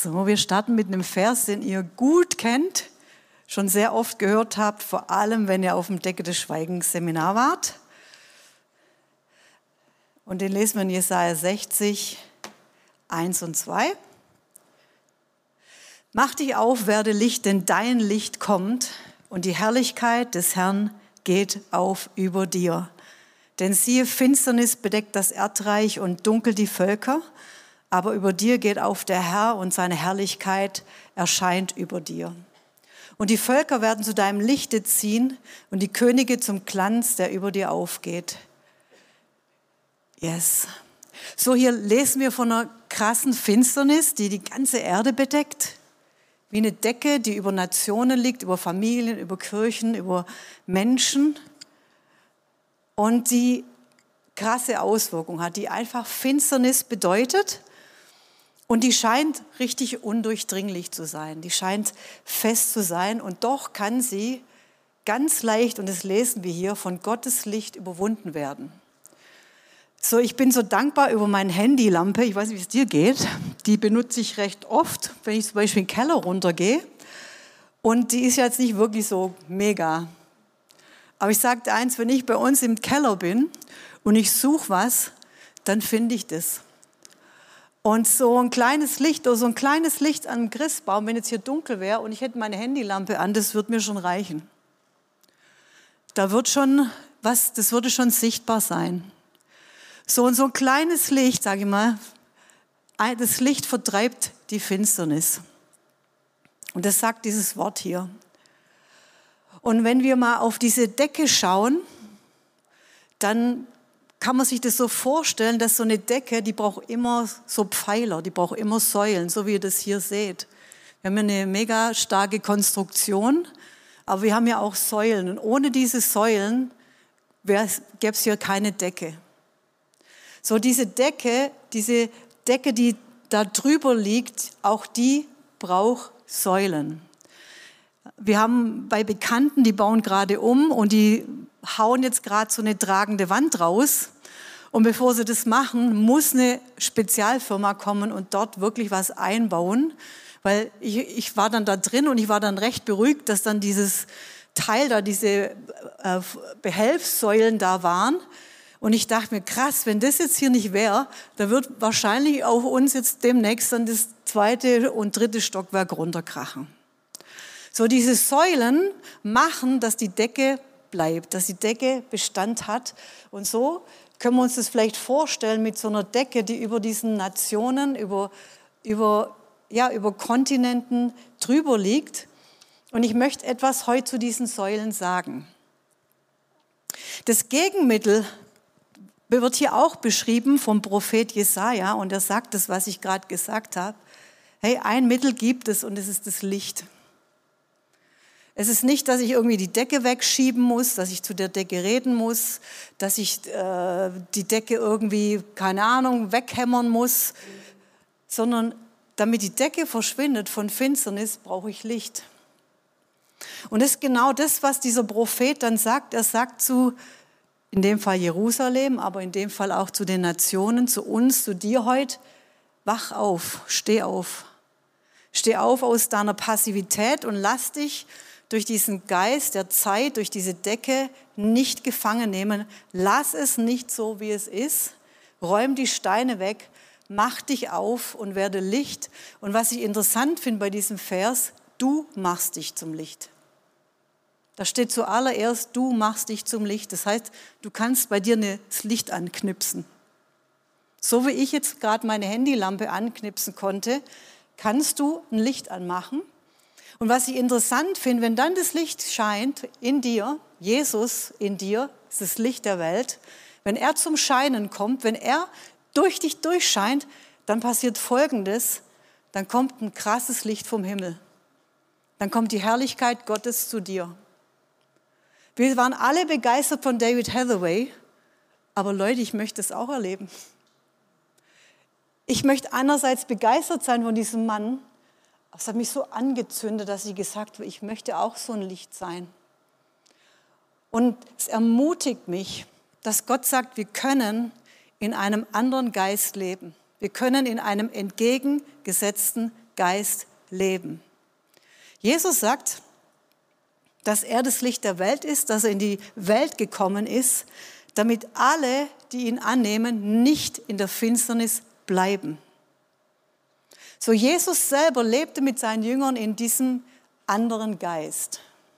So, wir starten mit einem Vers, den ihr gut kennt, schon sehr oft gehört habt, vor allem, wenn ihr auf dem Decke des Schweigens Seminar wart. Und den lesen wir in Jesaja 60, 1 und 2. Mach dich auf, werde Licht, denn dein Licht kommt und die Herrlichkeit des Herrn geht auf über dir. Denn siehe, Finsternis bedeckt das Erdreich und dunkel die Völker, aber über dir geht auf der Herr und seine Herrlichkeit erscheint über dir. Und die Völker werden zu deinem Lichte ziehen und die Könige zum Glanz, der über dir aufgeht. Yes. So, hier lesen wir von einer krassen Finsternis, die die ganze Erde bedeckt. Wie eine Decke, die über Nationen liegt, über Familien, über Kirchen, über Menschen. Und die krasse Auswirkungen hat, die einfach Finsternis bedeutet. Und die scheint richtig undurchdringlich zu sein. Die scheint fest zu sein. Und doch kann sie ganz leicht, und das lesen wir hier, von Gottes Licht überwunden werden. So, ich bin so dankbar über meine Handylampe. Ich weiß nicht, wie es dir geht. Die benutze ich recht oft, wenn ich zum Beispiel in den Keller runtergehe. Und die ist jetzt nicht wirklich so mega. Aber ich sage dir eins, wenn ich bei uns im Keller bin und ich suche was, dann finde ich das. Und so ein kleines Licht oder so ein kleines Licht an einem Christbaum, wenn jetzt hier dunkel wäre und ich hätte meine Handylampe an, das würde mir schon reichen. Da wird schon was, das würde schon sichtbar sein. So und so ein kleines Licht, sage ich mal, das Licht vertreibt die Finsternis. Und das sagt dieses Wort hier. Und wenn wir mal auf diese Decke schauen, dann kann man sich das so vorstellen, dass so eine Decke, die braucht immer so Pfeiler, die braucht immer Säulen, so wie ihr das hier seht. Wir haben ja eine mega starke Konstruktion, aber wir haben ja auch Säulen. Und ohne diese Säulen gäbe es hier keine Decke. So diese Decke, die da drüber liegt, auch die braucht Säulen. Wir haben bei Bekannten, die bauen gerade um und die hauen jetzt gerade so eine tragende Wand raus. Und bevor sie das machen, muss eine Spezialfirma kommen und dort wirklich was einbauen. Weil ich war dann da drin und ich war dann recht beruhigt, dass dann dieses Teil da, diese Behelfssäulen da waren. Und ich dachte mir, krass, wenn das jetzt hier nicht wäre, da wird wahrscheinlich auf uns jetzt demnächst dann das 2. und 3. Stockwerk runterkrachen. So, diese Säulen machen, dass die Decke bleibt, dass die Decke Bestand hat. Und so können wir uns das vielleicht vorstellen mit so einer Decke, die über diesen Nationen, über Kontinenten drüber liegt. Und ich möchte etwas heute zu diesen Säulen sagen. Das Gegenmittel wird hier auch beschrieben vom Prophet Jesaja und er sagt das, was ich gerade gesagt habe. Hey, ein Mittel gibt es und es ist das Licht. Es ist nicht, dass ich irgendwie die Decke wegschieben muss, dass ich zu der Decke reden muss, dass ich die Decke irgendwie, keine Ahnung, weghämmern muss, sondern damit die Decke verschwindet von Finsternis, brauche ich Licht. Und das ist genau das, was dieser Prophet dann sagt. Er sagt in dem Fall Jerusalem, aber in dem Fall auch zu den Nationen, zu uns, zu dir heute, wach auf, steh auf. Steh auf aus deiner Passivität und lass dich durch diesen Geist der Zeit, durch diese Decke nicht gefangen nehmen. Lass es nicht so, wie es ist. Räum die Steine weg, mach dich auf und werde Licht. Und was ich interessant finde bei diesem Vers, du machst dich zum Licht. Da steht zuallererst, du machst dich zum Licht. Das heißt, du kannst bei dir das Licht anknipsen. So wie ich jetzt gerade meine Handylampe anknipsen konnte, kannst du ein Licht anmachen. Und was ich interessant finde, wenn dann das Licht scheint in dir, Jesus in dir, ist das Licht der Welt, wenn er zum Scheinen kommt, wenn er durch dich durchscheint, dann passiert Folgendes, dann kommt ein krasses Licht vom Himmel. Dann kommt die Herrlichkeit Gottes zu dir. Wir waren alle begeistert von David Hathaway, aber Leute, ich möchte es auch erleben. Ich möchte einerseits begeistert sein von diesem Mann, es hat mich so angezündet, dass ich gesagt habe, ich möchte auch so ein Licht sein. Und es ermutigt mich, dass Gott sagt, wir können in einem anderen Geist leben. Wir können in einem entgegengesetzten Geist leben. Jesus sagt, dass er das Licht der Welt ist, dass er in die Welt gekommen ist, damit alle, die ihn annehmen, nicht in der Finsternis bleiben. So, Jesus selber lebte mit seinen Jüngern in diesem anderen Geist.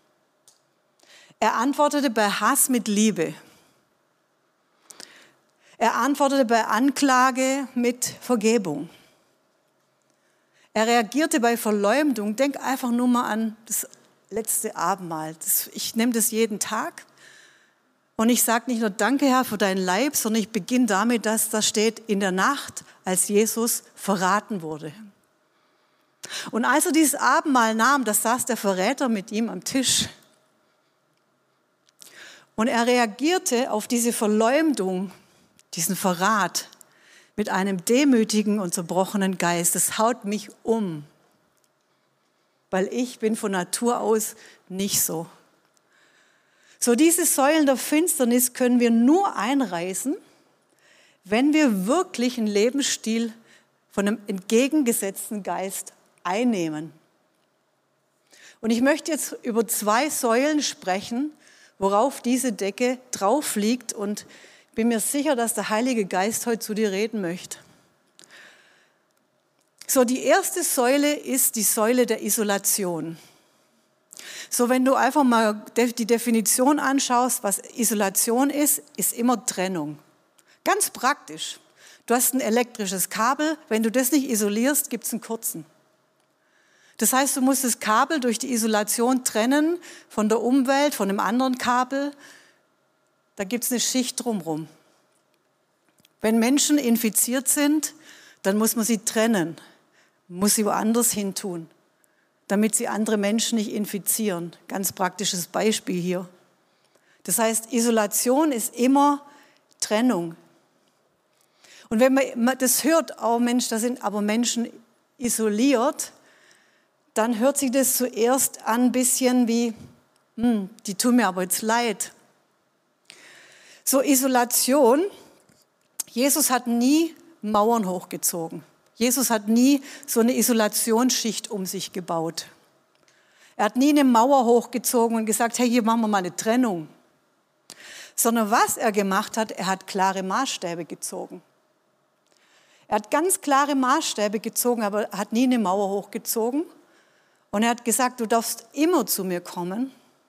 Er antwortete bei Hass mit Liebe. Er antwortete bei Anklage mit Vergebung. Er reagierte bei Verleumdung. Denk einfach nur mal an das letzte Abendmahl. Ich nehme das jeden Tag. Und ich sage nicht nur Danke, Herr, für deinen Leib, sondern ich beginne damit, dass da steht, in der Nacht, als Jesus verraten wurde. Und als er dieses Abendmahl nahm, da saß der Verräter mit ihm am Tisch. Und er reagierte auf diese Verleumdung, diesen Verrat, mit einem demütigen und zerbrochenen Geist. Das haut mich um, weil ich bin von Natur aus nicht so. So, diese Säulen der Finsternis können wir nur einreißen, wenn wir wirklich einen Lebensstil von einem entgegengesetzten Geist einnehmen. Und ich möchte jetzt über 2 Säulen sprechen, worauf diese Decke drauf liegt, und ich bin mir sicher, dass der Heilige Geist heute zu dir reden möchte. So, die erste Säule ist die Säule der Isolation. So, wenn du einfach mal die Definition anschaust, was Isolation ist immer Trennung. Ganz praktisch. Du hast ein elektrisches Kabel, wenn du das nicht isolierst, gibt es einen Kurzen. Das heißt, du musst das Kabel durch die Isolation trennen von der Umwelt, von einem anderen Kabel. Da gibt es eine Schicht drumherum. Wenn Menschen infiziert sind, dann muss man sie trennen, muss sie woanders hin tun, damit sie andere Menschen nicht infizieren. Ganz praktisches Beispiel hier. Das heißt, Isolation ist immer Trennung. Und wenn man das hört, oh Mensch, da sind aber Menschen isoliert, dann hört sich das zuerst an ein bisschen wie, die tun mir aber jetzt leid. So, Isolation, Jesus hat nie Mauern hochgezogen. Jesus hat nie so eine Isolationsschicht um sich gebaut. Er hat nie eine Mauer hochgezogen und gesagt, hey, hier machen wir mal eine Trennung. Sondern was er gemacht hat, er hat klare Maßstäbe gezogen. Er hat ganz klare Maßstäbe gezogen, aber er hat nie eine Mauer hochgezogen. Und er hat gesagt, du darfst immer zu mir kommen.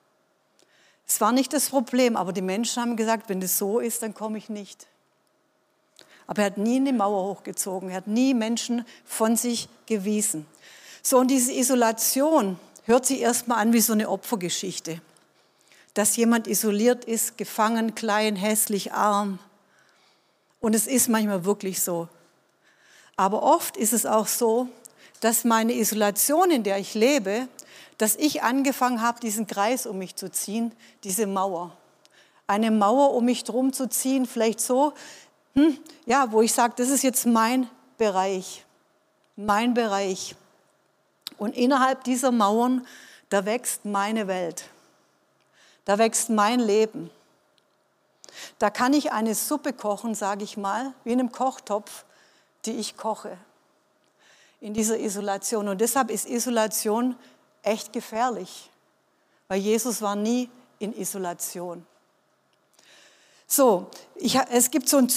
Es war nicht das Problem, aber die Menschen haben gesagt, wenn das so ist, dann komme ich nicht. Aber er hat nie eine Mauer hochgezogen, er hat nie Menschen von sich gewiesen. So, und diese Isolation hört sich erstmal an wie so eine Opfergeschichte. Dass jemand isoliert ist, gefangen, klein, hässlich, arm. Und es ist manchmal wirklich so. Aber oft ist es auch so, dass meine Isolation, in der ich lebe, dass ich angefangen habe, diesen Kreis um mich zu ziehen, diese Mauer. Eine Mauer um mich drum zu ziehen, vielleicht so, wo ich sage, das ist jetzt mein Bereich. Mein Bereich. Und innerhalb dieser Mauern, da wächst meine Welt. Da wächst mein Leben. Da kann ich eine Suppe kochen, sage ich mal, wie in einem Kochtopf, die ich koche. In dieser Isolation. Und deshalb ist Isolation echt gefährlich, weil Jesus war nie in Isolation. So, es gibt so ein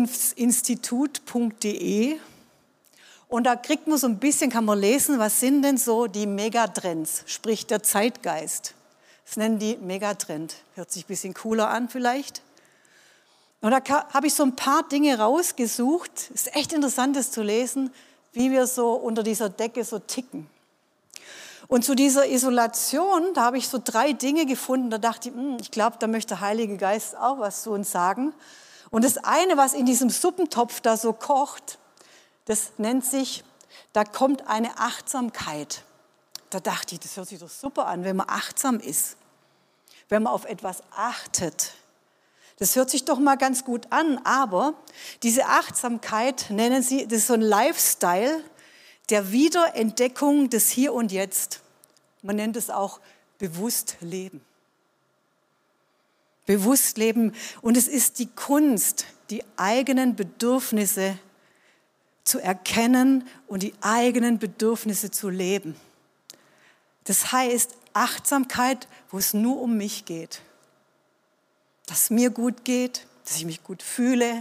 Zukunftsinstitut.de und da kriegt man so ein bisschen, kann man lesen, was sind denn so die Megatrends, sprich der Zeitgeist. Das nennen die Megatrend. Hört sich ein bisschen cooler an vielleicht. Und da habe ich so ein paar Dinge rausgesucht. Es ist echt interessant, das zu lesen, wie wir so unter dieser Decke so ticken. Und zu dieser Isolation, da habe ich so 3 Dinge gefunden, da dachte ich, ich glaube, da möchte der Heilige Geist auch was zu uns sagen. Und das eine, was in diesem Suppentopf da so kocht, das nennt sich, da kommt eine Achtsamkeit. Da dachte ich, das hört sich doch super an, wenn man achtsam ist, wenn man auf etwas achtet. Das hört sich doch mal ganz gut an, aber diese Achtsamkeit nennen sie, das ist so ein Lifestyle der Wiederentdeckung des Hier und Jetzt. Man nennt es auch bewusst leben. Bewusst leben. Und es ist die Kunst, die eigenen Bedürfnisse zu erkennen und die eigenen Bedürfnisse zu leben. Das heißt Achtsamkeit, wo es nur um mich geht. Dass es mir gut geht, dass ich mich gut fühle.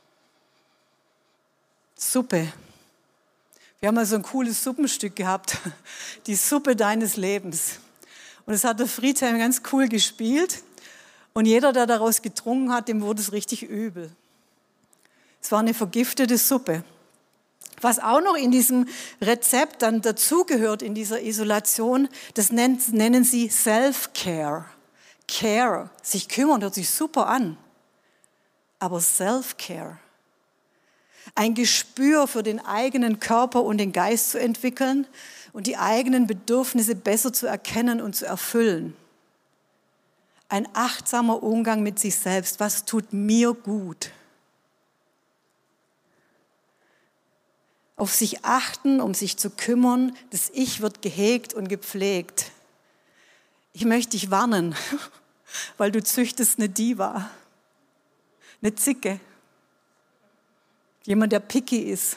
Suppe. Wir haben mal so ein cooles Suppenstück gehabt. Die Suppe deines Lebens. Und das hat der Friedhelm ganz cool gespielt. Und jeder, der daraus getrunken hat, dem wurde es richtig übel. Es war eine vergiftete Suppe. Was auch noch in diesem Rezept dann dazugehört, in dieser Isolation, das nennen sie Self-Care. Care, sich kümmern, hört sich super an. Aber Self-Care. Ein Gespür für den eigenen Körper und den Geist zu entwickeln und die eigenen Bedürfnisse besser zu erkennen und zu erfüllen. Ein achtsamer Umgang mit sich selbst. Was tut mir gut? Auf sich achten, um sich zu kümmern. Das Ich wird gehegt und gepflegt. Ich möchte dich warnen, weil du züchtest eine Diva, eine Zicke, jemand, der picky ist,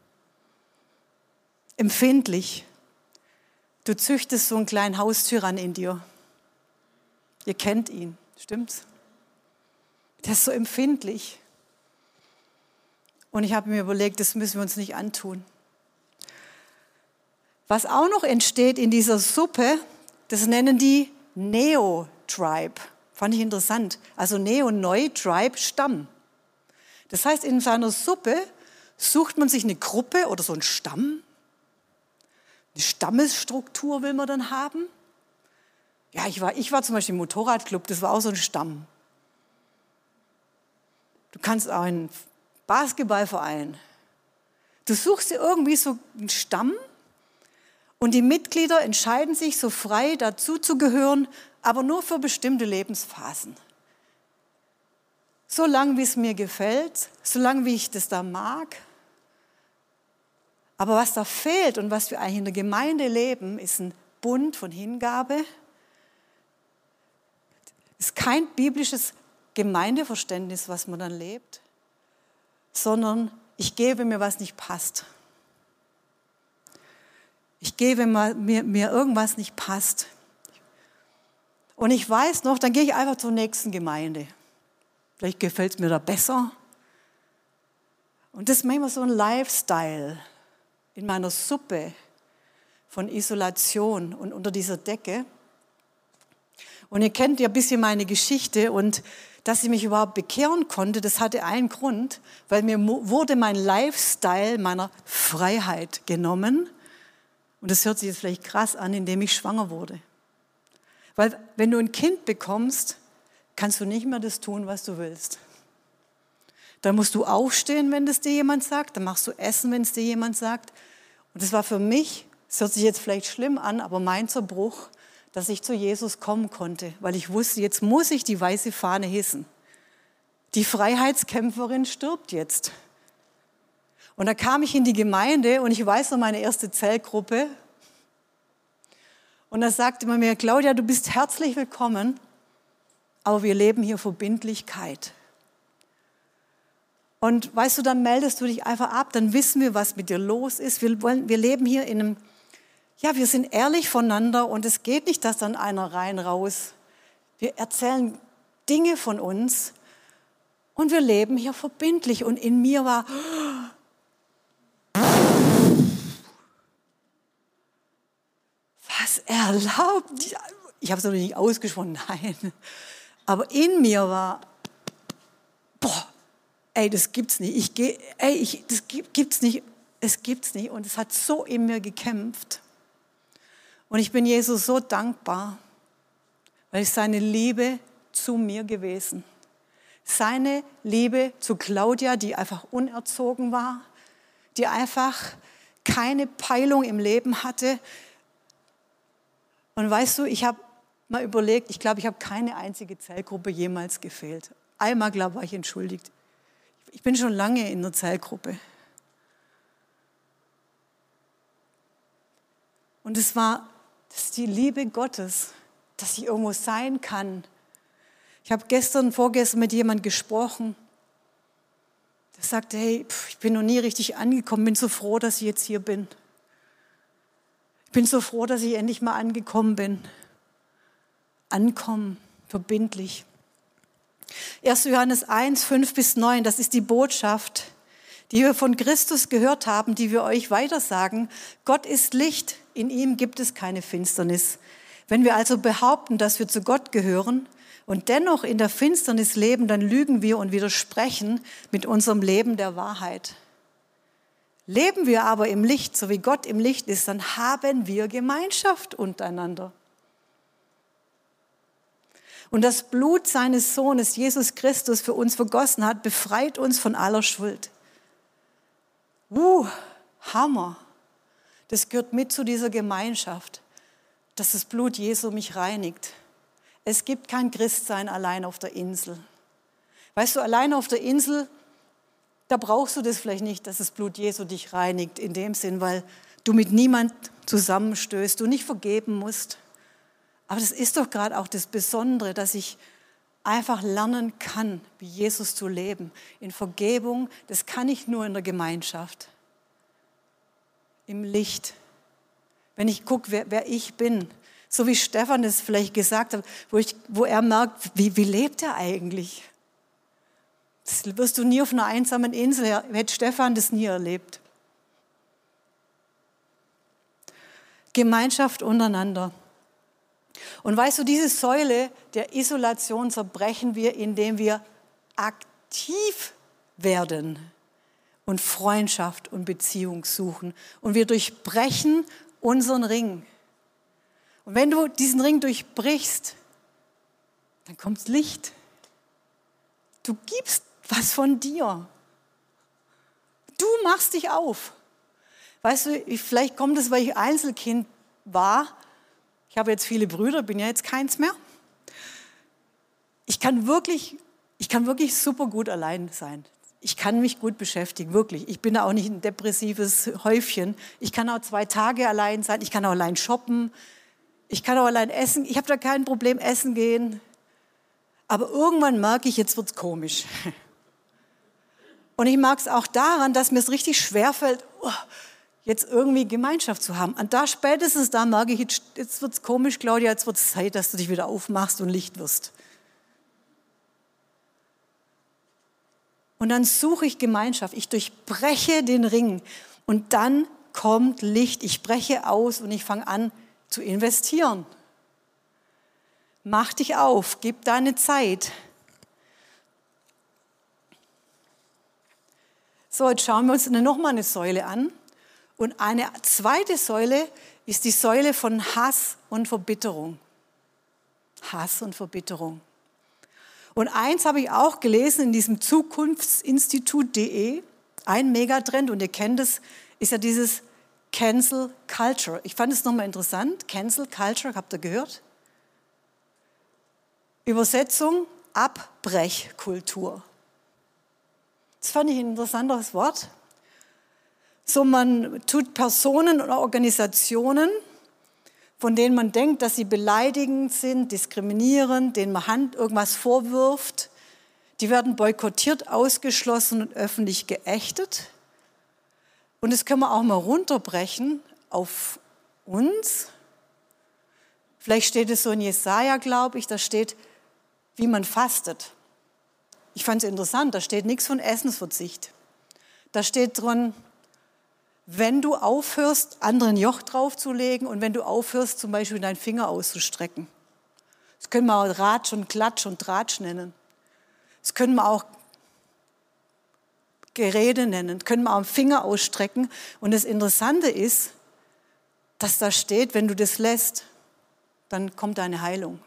empfindlich. Du züchtest so einen kleinen Haustyrann in dir. Ihr kennt ihn, stimmt's? Der ist so empfindlich. Und ich habe mir überlegt, das müssen wir uns nicht antun. Was auch noch entsteht in dieser Suppe, das nennen die Neo-Tribe. Fand ich interessant. Also Neo, neu, Tribe, Stamm. Das heißt, in seiner Suppe sucht man sich eine Gruppe oder so einen Stamm. Eine Stammesstruktur will man dann haben. Ja, ich war zum Beispiel im Motorradclub, das war auch so ein Stamm. Du kannst auch einen Basketballverein. Du suchst dir irgendwie so einen Stamm und die Mitglieder entscheiden sich so frei dazu zu gehören, aber nur für bestimmte Lebensphasen. So lange, wie es mir gefällt, so lange, wie ich das da mag. Aber was da fehlt und was wir eigentlich in der Gemeinde leben, ist ein Bund von Hingabe. Es ist kein biblisches Gemeindeverständnis, was man dann lebt, sondern ich gebe mir, was nicht passt. Ich gebe mir irgendwas nicht passt. Und ich weiß noch, dann gehe ich einfach zur nächsten Gemeinde. Vielleicht gefällt es mir da besser. Und das ist manchmal so ein Lifestyle in meiner Suppe von Isolation und unter dieser Decke. Und ihr kennt ja ein bisschen meine Geschichte und dass ich mich überhaupt bekehren konnte, das hatte einen Grund, weil mir wurde mein Lifestyle meiner Freiheit genommen. Und das hört sich jetzt vielleicht krass an, indem ich schwanger wurde. Weil wenn du ein Kind bekommst, kannst du nicht mehr das tun, was du willst. Dann musst du aufstehen, wenn das dir jemand sagt. Dann machst du Essen, wenn es dir jemand sagt. Und das war für mich, es hört sich jetzt vielleicht schlimm an, aber mein Zerbruch, dass ich zu Jesus kommen konnte, weil ich wusste, jetzt muss ich die weiße Fahne hissen. Die Freiheitskämpferin stirbt jetzt. Und da kam ich in die Gemeinde und ich weiß noch meine erste Zellgruppe. Und da sagte man mir, Claudia, du bist herzlich willkommen, aber wir leben hier Verbindlichkeit. Und weißt du, dann meldest du dich einfach ab, dann wissen wir, was mit dir los ist. Wir leben hier in einem, ja, wir sind ehrlich voneinander und es geht nicht, dass dann einer rein, raus. Wir erzählen Dinge von uns und wir leben hier verbindlich. Und in mir war, was erlaubt? Ich habe es noch nicht ausgesprochen, nein. Aber in mir war, boah, ey, das gibt's nicht. Das gibt's nicht. Es gibt's nicht. Und es hat so in mir gekämpft. Und ich bin Jesus so dankbar, weil es seine Liebe zu mir gewesen. Seine Liebe zu Claudia, die einfach unerzogen war, die einfach keine Peilung im Leben hatte. Und weißt du, ich habe mal überlegt, ich glaube, ich habe keine einzige Zellgruppe jemals gefehlt. Einmal, glaube ich, war ich entschuldigt. Ich bin schon lange in der Zellgruppe. Und das ist die Liebe Gottes, dass ich irgendwo sein kann. Ich habe vorgestern mit jemandem gesprochen, Der sagte, hey, ich bin noch nie richtig angekommen, bin so froh, dass ich jetzt hier bin. Ich bin so froh, dass ich endlich mal angekommen bin. Ankommen, verbindlich. 1. Johannes 1, 5-9, das ist die Botschaft, die wir von Christus gehört haben, die wir euch weitersagen. Gott ist Licht, in ihm gibt es keine Finsternis. Wenn wir also behaupten, dass wir zu Gott gehören und dennoch in der Finsternis leben, dann lügen wir und widersprechen mit unserem Leben der Wahrheit. Leben wir aber im Licht, so wie Gott im Licht ist, dann haben wir Gemeinschaft untereinander. Und das Blut seines Sohnes, Jesus Christus, für uns vergossen hat, befreit uns von aller Schuld. Hammer. Das gehört mit zu dieser Gemeinschaft, dass das Blut Jesu mich reinigt. Es gibt kein Christsein allein auf der Insel. Weißt du, allein auf der Insel, da brauchst du das vielleicht nicht, dass das Blut Jesu dich reinigt, in dem Sinn, weil du mit niemand zusammenstößt, du nicht vergeben musst. Aber das ist doch gerade auch das Besondere, dass ich einfach lernen kann, wie Jesus zu leben. In Vergebung, das kann ich nur in der Gemeinschaft, im Licht. Wenn ich gucke, wer ich bin, so wie Stefan es vielleicht gesagt hat, wo er merkt, wie lebt er eigentlich? Das wirst du nie auf einer einsamen Insel, hätte Stefan das nie erlebt. Gemeinschaft untereinander. Und weißt du, diese Säule der Isolation zerbrechen wir, indem wir aktiv werden und Freundschaft und Beziehung suchen. Und wir durchbrechen unseren Ring. Und wenn du diesen Ring durchbrichst, dann kommt Licht. Du gibst was von dir. Du machst dich auf. Weißt du, vielleicht kommt es, weil ich Einzelkind war. Ich habe jetzt viele Brüder, bin ja jetzt keins mehr. Ich kann wirklich super gut allein sein. Ich kann mich gut beschäftigen, wirklich. Ich bin auch nicht ein depressives Häufchen. Ich kann auch 2 Tage allein sein. Ich kann auch allein shoppen. Ich kann auch allein essen. Ich habe da kein Problem, essen gehen. Aber irgendwann merke ich, jetzt wird es komisch. Und ich mag es auch daran, dass mir es richtig schwerfällt, jetzt irgendwie Gemeinschaft zu haben. Und da spätestens da merke ich, jetzt wird es komisch, Claudia, jetzt wird es Zeit, dass du dich wieder aufmachst und Licht wirst. Und dann suche ich Gemeinschaft. Ich durchbreche den Ring und dann kommt Licht. Ich breche aus und ich fange an zu investieren. Mach dich auf, gib deine Zeit. So, jetzt schauen wir uns nochmal eine Säule an. Und eine zweite Säule ist die Säule von Hass und Verbitterung. Hass und Verbitterung. Und eins habe ich auch gelesen in diesem Zukunftsinstitut.de, ein Megatrend, und ihr kennt es, ist ja dieses Cancel Culture. Ich fand es nochmal interessant. Cancel Culture, habt ihr gehört? Übersetzung, Abbrechkultur. Das fand ich ein interessantes Wort. So, man tut Personen oder Organisationen, von denen man denkt, dass sie beleidigend sind, diskriminierend, denen man irgendwas vorwirft, die werden boykottiert, ausgeschlossen und öffentlich geächtet. Und das können wir auch mal runterbrechen auf uns. Vielleicht steht es so in Jesaja, glaube ich, da steht, wie man fastet. Ich fand es interessant, da steht nichts von Essensverzicht. Da steht drin, wenn du aufhörst, anderen Joch draufzulegen und wenn du aufhörst, zum Beispiel deinen Finger auszustrecken. Das können wir auch Ratsch und Klatsch und Tratsch nennen. Das können wir auch Gerede nennen, können wir auch einen Finger ausstrecken. Und das Interessante ist, dass da steht, wenn du das lässt, dann kommt deine Heilung.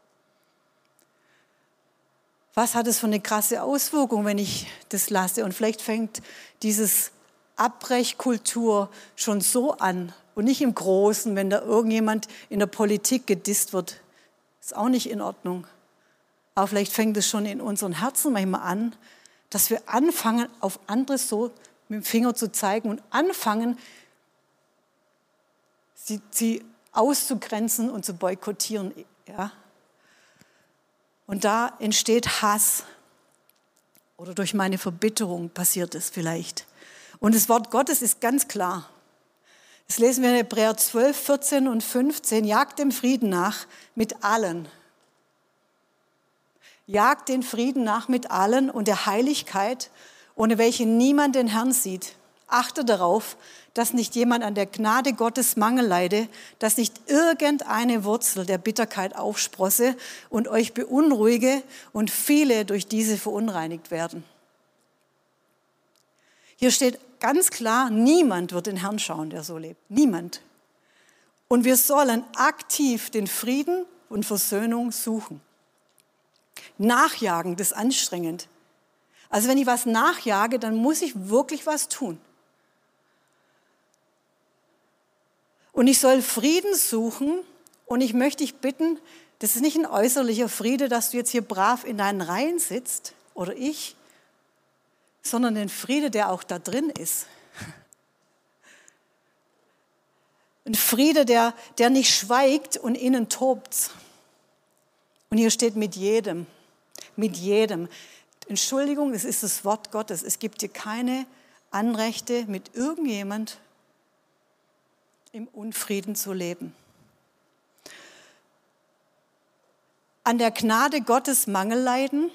Was hat es für eine krasse Auswirkung, wenn ich das lasse? Und vielleicht fängt dieses Abbrechkultur schon so an und nicht im Großen, wenn da irgendjemand in der Politik gedisst wird. Ist auch nicht in Ordnung. Aber vielleicht fängt es schon in unseren Herzen manchmal an, dass wir anfangen, auf andere so mit dem Finger zu zeigen und anfangen, sie auszugrenzen und zu boykottieren. Ja? Und da entsteht Hass. oder durch meine Verbitterung passiert es vielleicht. Und das Wort Gottes ist ganz klar. Das lesen wir in Hebräer 12, 14 und 15. Jagt dem Frieden nach mit allen. Jagt den Frieden nach mit allen und der Heiligkeit, ohne welche niemand den Herrn sieht. Achte darauf, dass nicht jemand an der Gnade Gottes Mangel leide, dass nicht irgendeine Wurzel der Bitterkeit aufsprosse und euch beunruhige und viele durch diese verunreinigt werden. Hier steht ganz klar, niemand wird den Herrn schauen, der so lebt. Niemand. Und wir sollen aktiv den Frieden und Versöhnung suchen. Nachjagen, das ist anstrengend. Also wenn ich was nachjage, dann muss ich wirklich was tun. Und ich soll Frieden suchen und ich möchte dich bitten, das ist nicht ein äußerlicher Friede, dass du jetzt hier brav in deinen Reihen sitzt oder ich, sondern den Friede, der auch da drin ist. Ein Friede, der nicht schweigt und innen tobt. Und hier steht mit jedem. Mit jedem. Entschuldigung, es ist das Wort Gottes. Es gibt dir keine Anrechte, mit irgendjemand im Unfrieden zu leben. An der Gnade Gottes Mangel leiden.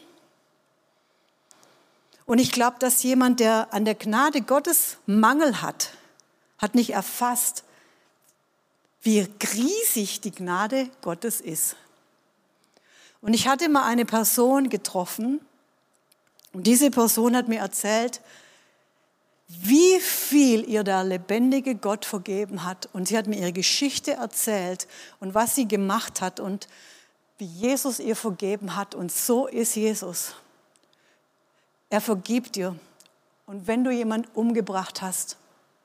Und ich glaube, dass jemand, der an der Gnade Gottes Mangel hat nicht erfasst, wie riesig die Gnade Gottes ist. Und ich hatte mal eine Person getroffen und diese Person hat mir erzählt, wie viel ihr der lebendige Gott vergeben hat. Und sie hat mir ihre Geschichte erzählt und was sie gemacht hat und wie Jesus ihr vergeben hat. Und so ist Jesus. Er vergibt dir. Und wenn du jemanden umgebracht hast.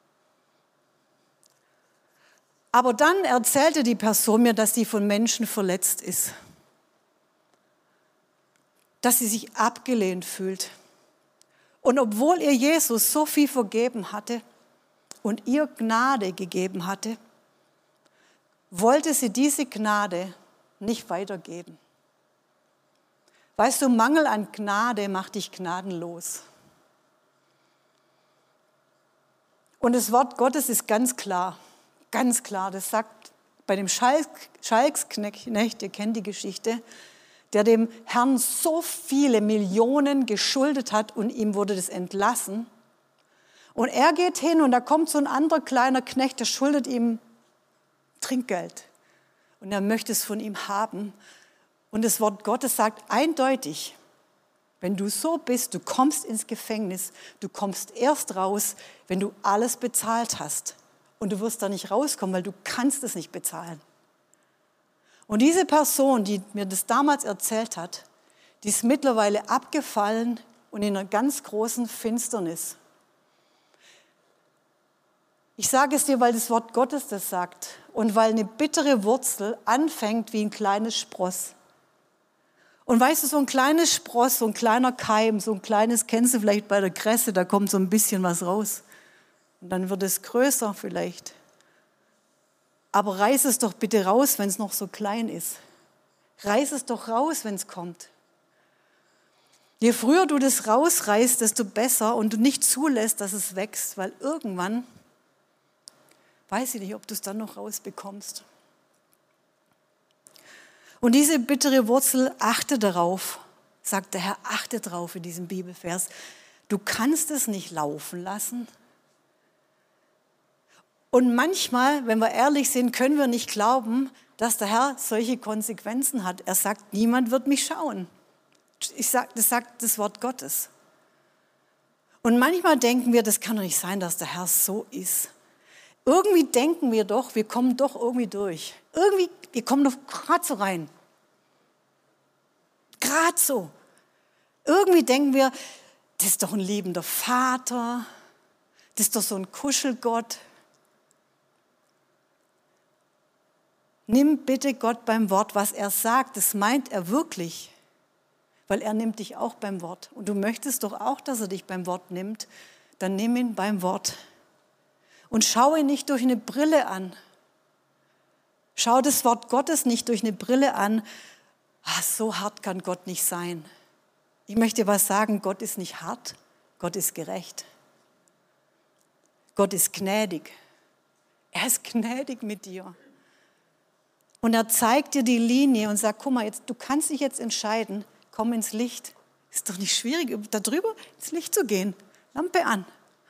Aber dann erzählte die Person mir, dass sie von Menschen verletzt ist. Dass sie sich abgelehnt fühlt. Und obwohl ihr Jesus so viel vergeben hatte und ihr Gnade gegeben hatte, wollte sie diese Gnade nicht weitergeben. Weißt du, Mangel an Gnade macht dich gnadenlos. Und das Wort Gottes ist ganz klar, das sagt bei dem Schalksknecht, ihr kennt die Geschichte, der dem Herrn so viele Millionen geschuldet hat und ihm wurde das entlassen. Und er geht hin und da kommt so ein anderer kleiner Knecht, der schuldet ihm Trinkgeld. Und er möchte es von ihm haben. Und das Wort Gottes sagt eindeutig, wenn du so bist, du kommst ins Gefängnis, du kommst erst raus, wenn du alles bezahlt hast. Und du wirst da nicht rauskommen, weil du kannst es nicht bezahlen. Und diese Person, die mir das damals erzählt hat, die ist mittlerweile abgefallen und in einer ganz großen Finsternis. Ich sage es dir, weil das Wort Gottes das sagt und weil eine bittere Wurzel anfängt wie ein kleines Spross. Und weißt du, so ein kleines Spross, so ein kleiner Keim, so ein kleines, kennst du vielleicht bei der Kresse, da kommt so ein bisschen was raus. Und dann wird es größer vielleicht. Aber reiß es doch bitte raus, wenn es noch so klein ist. Reiß es doch raus, wenn es kommt. Je früher du das rausreißt, desto besser und du nicht zulässt, dass es wächst, weil irgendwann, weiß ich nicht, ob du es dann noch rausbekommst. Und diese bittere Wurzel, achte darauf, sagt der Herr, achte darauf in diesem Bibelvers. Du kannst es nicht laufen lassen. Und manchmal, wenn wir ehrlich sind, können wir nicht glauben, dass der Herr solche Konsequenzen hat. Er sagt, niemand wird mich schauen. Das sagt das Wort Gottes. Und manchmal denken wir, das kann doch nicht sein, dass der Herr so ist. Irgendwie denken wir doch, wir kommen doch irgendwie durch. Irgendwie, wir kommen doch gerade so rein. Gerade so. Irgendwie denken wir, das ist doch ein liebender Vater, das ist doch so ein Kuschelgott. Nimm bitte Gott beim Wort, was er sagt, das meint er wirklich. Weil er nimmt dich auch beim Wort. Und du möchtest doch auch, dass er dich beim Wort nimmt. Dann nimm ihn beim Wort. Und schau ihn nicht durch eine Brille an. Schau das Wort Gottes nicht durch eine Brille an. So hart kann Gott nicht sein. Ich möchte dir was sagen, Gott ist nicht hart, Gott ist gerecht. Gott ist gnädig. Er ist gnädig mit dir. Und er zeigt dir die Linie und sagt, guck mal, jetzt, du kannst dich jetzt entscheiden, komm ins Licht. Ist doch nicht schwierig, da drüber ins Licht zu gehen. Lampe an.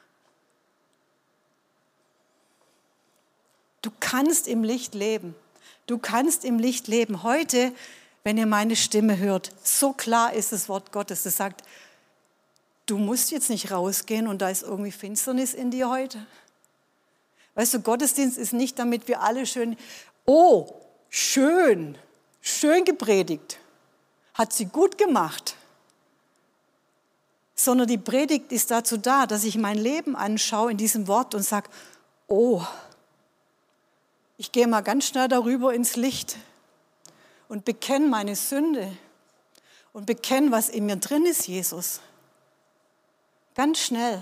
Du kannst im Licht leben. Du kannst im Licht leben. Heute, wenn ihr meine Stimme hört, so klar ist das Wort Gottes. Das sagt, du musst jetzt nicht rausgehen und da ist irgendwie Finsternis in dir heute. Weißt du, Gottesdienst ist nicht, damit wir alle schön, oh, schön gepredigt, hat sie gut gemacht. Sondern die Predigt ist dazu da, dass ich mein Leben anschaue in diesem Wort und sage, oh, ich gehe mal ganz schnell darüber ins Licht und bekenne meine Sünde und bekenne, was in mir drin ist, Jesus. Ganz schnell.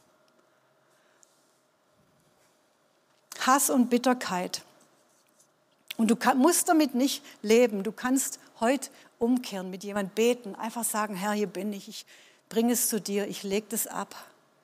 Hass und Bitterkeit. Und du musst damit nicht leben. Du kannst heute umkehren, mit jemandem beten, einfach sagen, Herr, hier bin ich bringe es zu dir, ich lege das ab.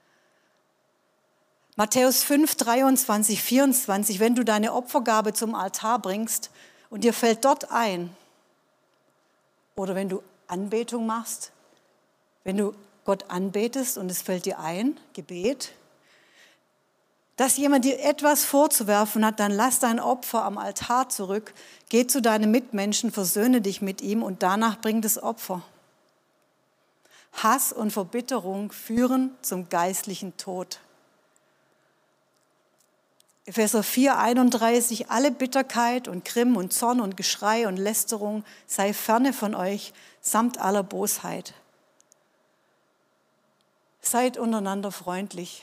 Matthäus 5, 23, 24, wenn du deine Opfergabe zum Altar bringst und dir fällt dort ein, oder wenn du Anbetung machst, wenn du Gott anbetest und es fällt dir ein, Gebet, dass jemand dir etwas vorzuwerfen hat, dann lass dein Opfer am Altar zurück, geh zu deinem Mitmenschen, versöhne dich mit ihm und danach bring das Opfer. Hass und Verbitterung führen zum geistlichen Tod. Epheser 4, 31, alle Bitterkeit und Grimm und Zorn und Geschrei und Lästerung sei ferne von euch, samt aller Bosheit. Seid untereinander freundlich,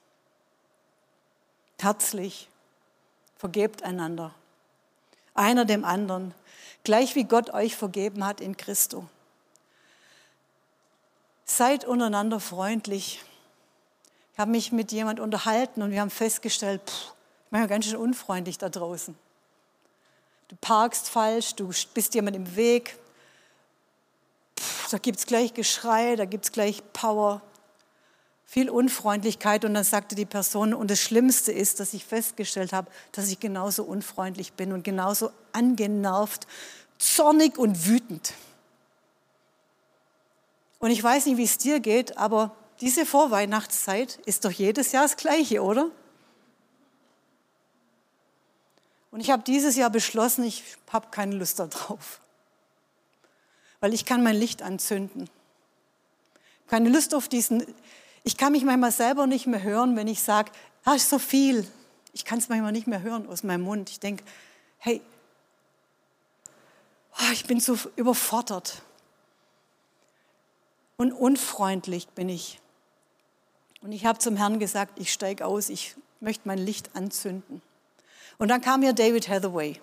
herzlich, vergebt einander, einer dem anderen, gleich wie Gott euch vergeben hat in Christo. Seid untereinander freundlich. Ich habe mich mit jemand unterhalten und wir haben festgestellt, ich bin ja ganz schön unfreundlich da draußen. Du parkst falsch, du bist jemand im Weg. Da gibt es gleich Geschrei, da gibt es gleich Power, viel Unfreundlichkeit. Und dann sagte die Person, und das Schlimmste ist, dass ich festgestellt habe, dass ich genauso unfreundlich bin und genauso angenervt, zornig und wütend. Und ich weiß nicht, wie es dir geht, aber diese Vorweihnachtszeit ist doch jedes Jahr das Gleiche, oder? Und ich habe dieses Jahr beschlossen, ich habe keine Lust darauf. Weil ich kann mein Licht anzünden. Keine Lust auf ich kann mich manchmal selber nicht mehr hören, wenn ich sage, ist so viel. Ich kann es manchmal nicht mehr hören aus meinem Mund. Ich denke, hey, ich bin so überfordert. Und unfreundlich bin ich. Und ich habe zum Herrn gesagt, ich steige aus, ich möchte mein Licht anzünden. Und dann kam mir David Hathaway.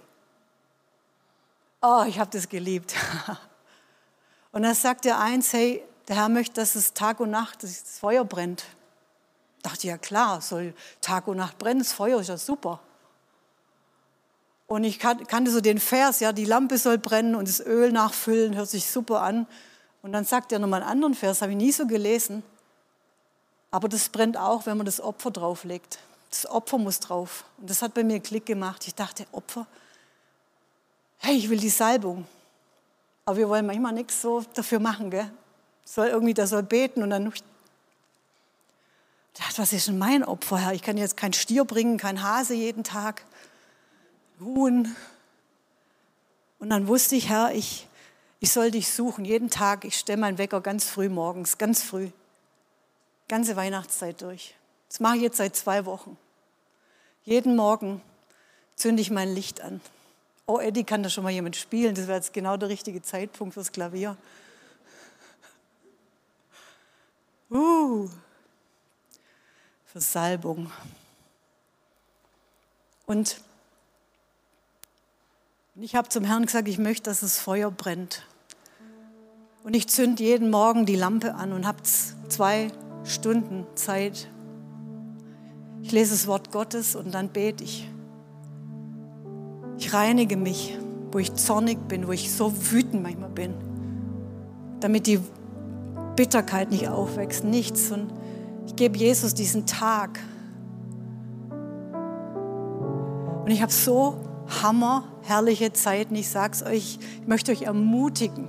Ich habe das geliebt. Und dann sagt er eins, hey, der Herr möchte, dass es Tag und Nacht, dass das Feuer brennt. Ich dachte, ja klar, soll Tag und Nacht brennen, das Feuer ist ja super. Und ich kannte so den Vers, ja, die Lampe soll brennen und das Öl nachfüllen, hört sich super an. Und dann sagt er nochmal einen anderen Vers, habe ich nie so gelesen. Aber das brennt auch, wenn man das Opfer drauflegt. Das Opfer muss drauf. Und das hat bei mir Klick gemacht. Ich dachte, Opfer? Hey, ich will die Salbung. Aber wir wollen manchmal nichts so dafür machen, gell? Der soll beten und dann... Ich dachte, was ist denn mein Opfer, Herr? Ich kann jetzt kein Stier bringen, kein Hase jeden Tag, Huhn. Und dann wusste ich, Herr, ich soll dich suchen, jeden Tag. Ich stelle meinen Wecker ganz früh morgens, ganz früh. Ganze Weihnachtszeit durch. Das mache ich jetzt seit 2 Wochen. Jeden Morgen zünde ich mein Licht an. Oh, Eddie, kann da schon mal jemand spielen? Das wäre jetzt genau der richtige Zeitpunkt fürs Klavier. Für Salbung. Und ich habe zum Herrn gesagt, ich möchte, dass das Feuer brennt. Und ich zünde jeden Morgen die Lampe an und habe 2 Stunden Zeit. Ich lese das Wort Gottes und dann bete ich. Ich reinige mich, wo ich zornig bin, wo ich so wütend manchmal bin, damit die Bitterkeit nicht aufwächst, nichts. Und ich gebe Jesus diesen Tag. Und ich habe so hammerherrliche Zeiten. Ich sage es euch, ich möchte euch ermutigen.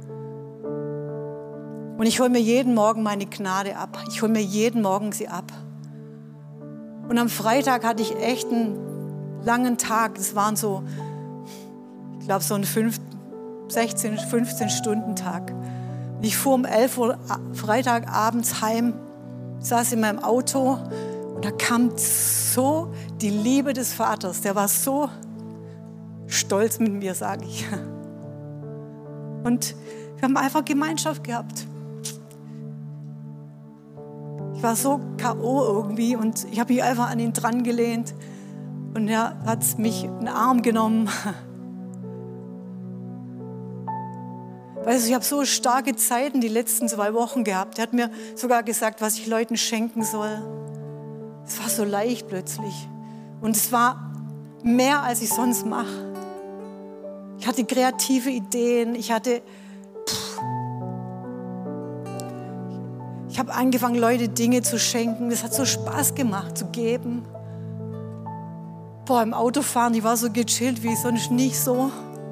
Und ich hole mir jeden Morgen meine Gnade ab. Ich hole mir jeden Morgen sie ab. Und am Freitag hatte ich echt einen langen Tag. Das waren so, ich glaube, so ein 15-Stunden-Tag. Und ich fuhr um 11 Uhr Freitagabends heim, saß in meinem Auto und da kam so die Liebe des Vaters. Der war so stolz mit mir, sage ich. Und wir haben einfach Gemeinschaft gehabt. Ich war so K.O. irgendwie und ich habe mich einfach an ihn dran gelehnt und er hat mich in den Arm genommen. Weißt du, ich habe so starke Zeiten die letzten 2 Wochen gehabt. Er hat mir sogar gesagt, was ich Leuten schenken soll. Es war so leicht plötzlich und es war mehr, als ich sonst mache. Ich hatte kreative Ideen, ich habe angefangen, Leute Dinge zu schenken. Das hat so Spaß gemacht, zu geben. Im Autofahren, ich war so gechillt wie sonst nicht so.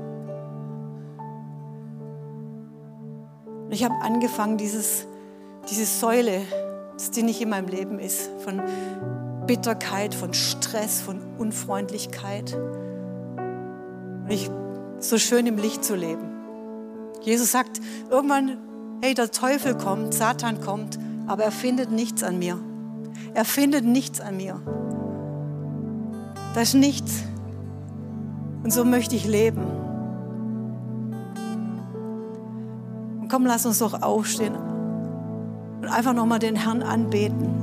Und ich habe angefangen, diese Säule, die nicht in meinem Leben ist, von Bitterkeit, von Stress, von Unfreundlichkeit. Und so schön im Licht zu leben. Jesus sagt irgendwann, hey, der Teufel kommt, Satan kommt, aber er findet nichts an mir. Er findet nichts an mir. Das ist nichts. Und so möchte ich leben. Und komm, lass uns doch aufstehen und einfach nochmal den Herrn anbeten.